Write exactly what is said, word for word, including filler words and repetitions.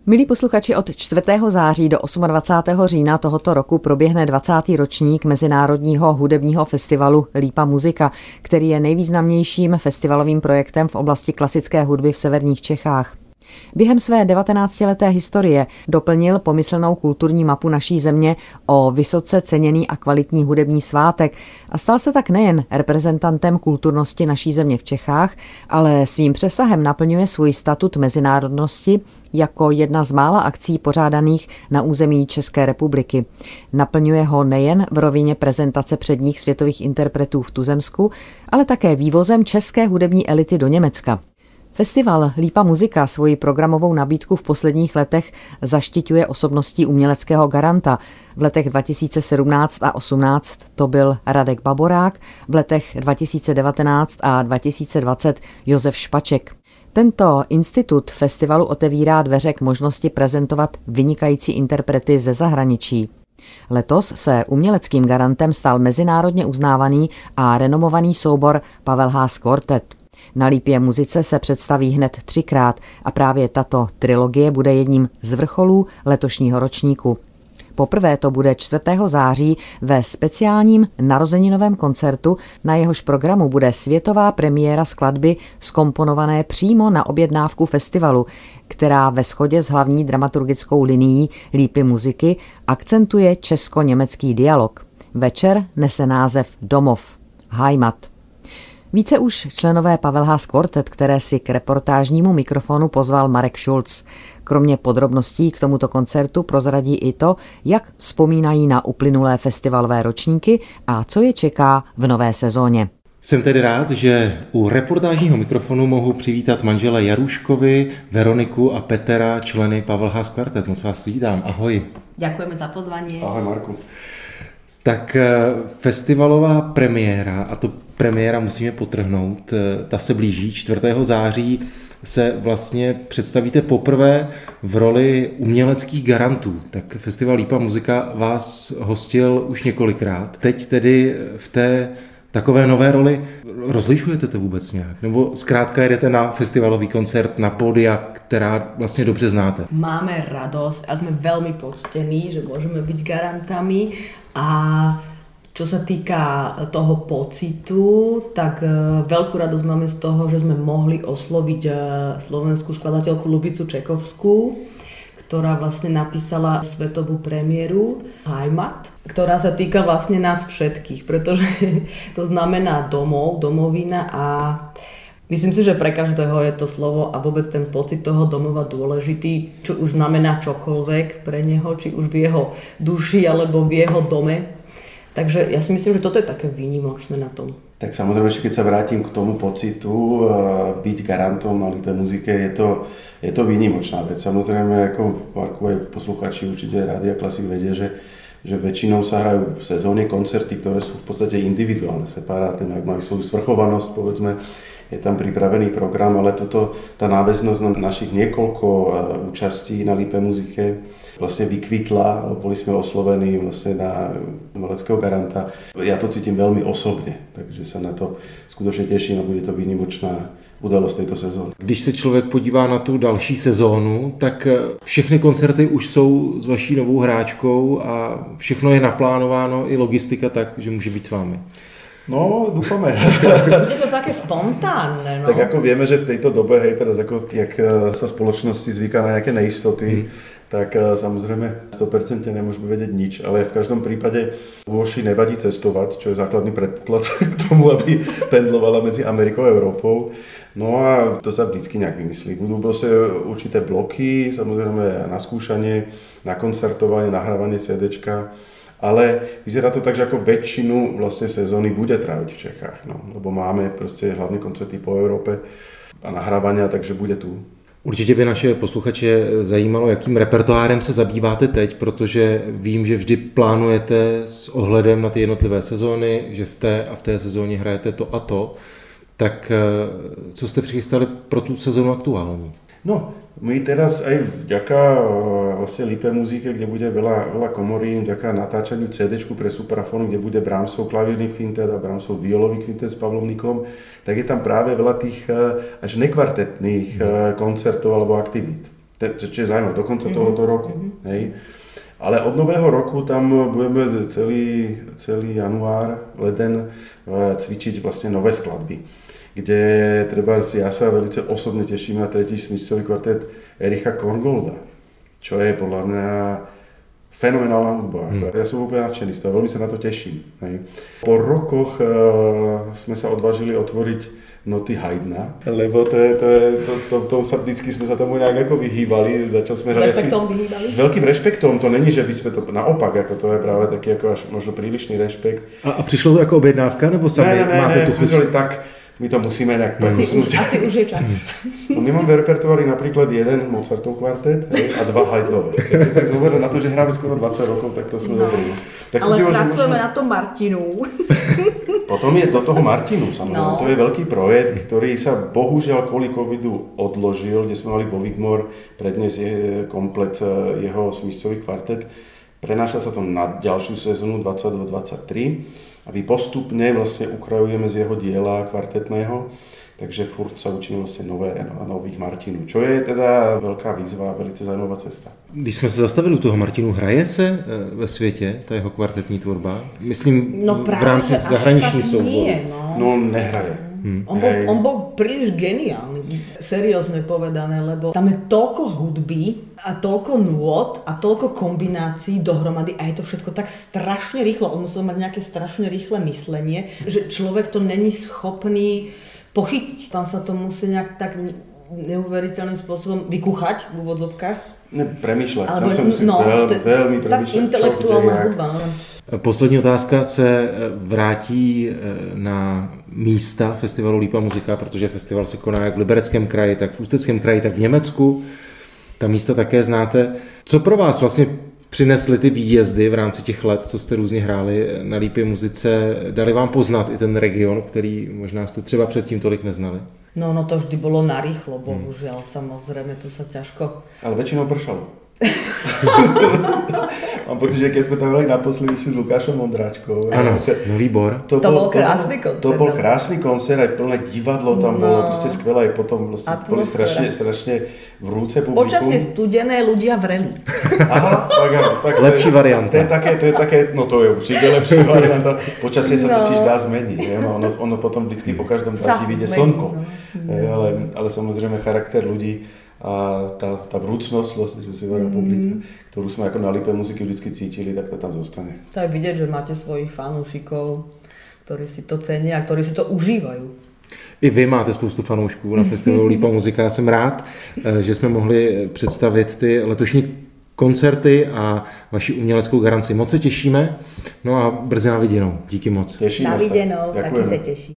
Milí posluchači, od čtvrtého září do dvacátého osmého října tohoto roku proběhne dvacátý ročník Mezinárodního hudebního festivalu Lípa muzika, který je nejvýznamnějším festivalovým projektem v oblasti klasické hudby v severních Čechách. Během své devatenáctileté historie doplnil pomyslnou kulturní mapu naší země o vysoce ceněný a kvalitní hudební svátek a stal se tak nejen reprezentantem kulturnosti naší země v Čechách, ale svým přesahem naplňuje svůj statut mezinárodnosti jako jedna z mála akcí pořádaných na území České republiky. Naplňuje ho nejen v rovině prezentace předních světových interpretů v tuzemsku, ale také vývozem české hudební elity do Německa. Festival Lípa muzika svoji programovou nabídku v posledních letech zaštiťuje osobností uměleckého garanta. V letech dva tisíce sedmnáct a osmnáct to byl Radek Baborák, v letech dva tisíce devatenáct a dva tisíce dvacet Josef Špaček. Tento institut festivalu otevírá dveře k možnosti prezentovat vynikající interprety ze zahraničí. Letos se uměleckým garantem stal mezinárodně uznávaný a renomovaný soubor Pavel Haas Quartet. Na Lípě muzice se představí hned třikrát a právě tato trilogie bude jedním z vrcholů letošního ročníku. Poprvé to bude čtvrtého září ve speciálním narozeninovém koncertu, na jehož programu bude světová premiéra skladby zkomponované přímo na objednávku festivalu, která ve shodě s hlavní dramaturgickou linií Lípy muziky akcentuje česko-německý dialog. Večer nese název Domov, Heimat. Více už členové Pavel Haas Quartet, které si k reportážnímu mikrofonu pozval Marek Schulz. Kromě podrobností k tomuto koncertu prozradí i to, jak vzpomínají na uplynulé festivalové ročníky a co je čeká v nové sezóně. Jsem tedy rád, že u reportážního mikrofonu mohu přivítat manžele Jaruškovi, Veroniku a Petra, členy Pavel Haas Quartet. Moc vás vítám. Ahoj. Děkujeme za pozvání. Ahoj Marku. Tak festivalová premiéra, a to premiéra musíme podtrhnout, ta se blíží. čtvrtého září se vlastně představíte poprvé v roli uměleckých garantů. Tak festival Lípa muzika vás hostil už několikrát. Teď tedy v té takové nové roli rozlišujete to vůbec nějak? Nebo zkrátka jedete na festivalový koncert, na pódia, která vlastně dobře znáte? Máme radosť a sme veľmi poctení, že môžeme byť garantami. A čo sa týka toho pocitu, tak veľkú radosť máme z toho, že sme mohli osloviť slovenskú skladateľku Lubicu Čekovskú, ktorá vlastne napísala svetovú premiéru Heimat, ktorá sa týka vlastne nás všetkých, pretože to znamená domov, domovina a myslím si, že pre každého je to slovo a vôbec ten pocit toho domova dôležitý, čo už znamená čokoľvek pre neho, či už v jeho duši alebo v jeho dome. Takže ja si myslím, že toto je také výnimočné na tom. Tak samozrejme, ešte keď sa vrátim k tomu pocitu, byť garantom na Lípe muzike, je to, je to výnimočná vec. Samozrejme, ako Marku aj posluchači určite Rádia Klasik vedia, že, že väčšinou sa hrajú v sezóne koncerty, ktoré sú v podstate individuálne, separátne, majú svoju svrchovanosť, povedzme, je tam pripravený program, ale toto, tá náväznosť na našich niekoľko účastí na Lípe muzike vlastne vykvitla, boli sme oslovení vlastne na umeleckého garanta. Ja to cítim veľmi osobne, takže sa na to skutočne teším a bude to výnimočná událosť tejto sezóny. Když se člověk podívá na tu další sezónu, tak všechny koncerty už jsou s vaší novou hráčkou a všechno je naplánováno, i logistika tak, že může být s vámi. No, dúfame. Je to také spontánne, no. Tak ako vieme, že v tejto dobe, hej, teraz ako, jak sa spoločnosti zvyká na nejaké neistoty, mm. tak samozrejme sto percent nemôžeme vedieť nič, ale v každom prípade Uoši nevadí cestovať, čo je základný predpoklad k tomu, aby pendlovala medzi Amerikou a Európou. No a to sa vždycky nejak vymyslí. Budú proste určité bloky, samozrejme na skúšanie, na koncertovanie, nahrávanie CDčka, ale vyzerá to tak, že ako väčšinu vlastne sezóny bude tráviť v Čechách, no, lebo máme proste hlavne koncerty po Európe a nahrávania, takže bude tu. Určitě by naše posluchače zajímalo, jakým repertoárem se zabýváte teď, protože vím, že vždy plánujete s ohledem na ty jednotlivé sezóny, že v té a v té sezóně hrajete to a to. Tak co jste přichystali pro tu sezónu aktuální? No, my teraz aj vďaka vlastne Lípe muzike, kde bude veľa, veľa komorín, vďaka natáčaniu CDčku pre Suprafonu, kde bude Brahmsov klavírny kvintet a Brahmsov violový kvintet s Pavlom Niklom, tak je tam práve veľa tých až nekvartetných koncertov alebo aktivít. čo je zaujímavé, do konca mm-hmm. tohoto roku. Mm-hmm. Hej. Ale od nového roku tam budeme celý, celý január, leden cvičiť vlastne nové skladby, kde treba ja sa veľmi osobne teším na tretí smyčcový kvartet Ericha Korngolda, čo je podľa mňa fenomenálna hudba. Hmm. Ja som úplne nadšený z toho, veľmi sa na to teším. Hej. Po rokoch uh, sme sa odvážili otvoriť noty Haydna, lebo to je, to je, to, to, to sa vždycky sme sa tomu nejak ako vyhýbali, začal sme hrať asi s veľkým rešpektom, to není, že by sme to, naopak, ako to je práve taký ako až možno prílišný rešpekt. A, a prišlo to ako objednávka, nebo sami ne, ne, máte ne, tu sme tak, my to musíme nejak premusnúť. Asi už je čas. No, my máme v repertoári napríklad jeden Mozartov kvartet, hej, a dva Haydnové. Keď tak zoberiem na to, že hráme skoro dvadsať rokov, tak to sú no. dobré. Tak ale pracujeme možno... na tom Martinu. Potom je do toho Martinu, samozrejme. No. To je veľký projekt, ktorý sa bohužiaľ kvôli covidu odložil, kde sme mali vo Wigmore prednes je komplet jeho smyčcový kvartet. Prenáša sa to na ďalšiu sezónu dvadsaťdva dvadsaťtri a my postupne vlastne ukrajujeme z jeho diela kvartetného, takže furt sa učíme vlastne nové a nových Martinů, čo je teda veľká výzva, velice zajímavá cesta. Když jsme se zastavili u toho Martinu, hraje se ve světě ta jeho kvartetní tvorba? Myslím no v rámci zahraničních souborů. No. no nehraje. Hmm. On, bol, on bol príliš geniálny, seriózne povedané, lebo tam je toľko hudby a toľko nôt a toľko kombinácií dohromady a je to všetko tak strašne rýchlo. On musel mať nejaké strašne rýchle myslenie, že človek to není schopný pochytiť. Tam sa to musí nejak tak neuveriteľným spôsobom vykúchať v úvodzovkách. Ne, premýšľať. Tam sa musí no, veľ, veľmi premýšľať. Intelektuálna hudba. No. Poslední otázka se vrátí na místa festivalu Lípa muzika, protože festival se koná jak v Libereckém kraji, tak v Ústeckém kraji, tak v Německu. Ta místa také znáte. Co pro vás vlastně přinesly ty výjezdy v rámci těch let, co jste různě hráli na Lípě muzice? Dali vám poznat i ten region, který možná jste třeba předtím tolik neznali? No, no to vždy bolo narýchlo, bohužiaľ, hmm. samozrejme, to sa ťažko... Ale väčšinou pršalo. Mám pocit, že keď sme tam hrali naposledy s Lukášom Ondráčkou. Áno, no výbor. To, to bol, bol krásny to, koncert. To bol krásny koncert, aj plné divadlo tam no. bolo, proste skvelé, aj potom vlastne boli strašne, strašne vrúce publikum. Počasie studené, ľudia vreli. Aha, tak áno. Tak lepší to je, varianta. To je také, to je také, no to je určite lepší varianta. Počasie sa no. totiž dá zmeniť, ono, ono potom vždycky po každom daždi vyjde slnko. No. Ale, ale samozrejme charakter ľudí a tá, tá vrúcnosť vlastne, že si hovorí publika, ktorú sme ako na Lípe muziky vždy cítili, tak to tam zostane. To je vidieť, že máte svojich fanúšikov, ktorí si to cenia a ktorí si to užívajú. I vy máte spoustu fanoušků na festivalu Lípa muzika. Já jsem rád, že jsme mohli představit ty letošní koncerty a vaši uměleckou garanci. Moc se těšíme, no a brzy na viděnou. Díky moc. Těšíme na viděnou, se. taky se těší.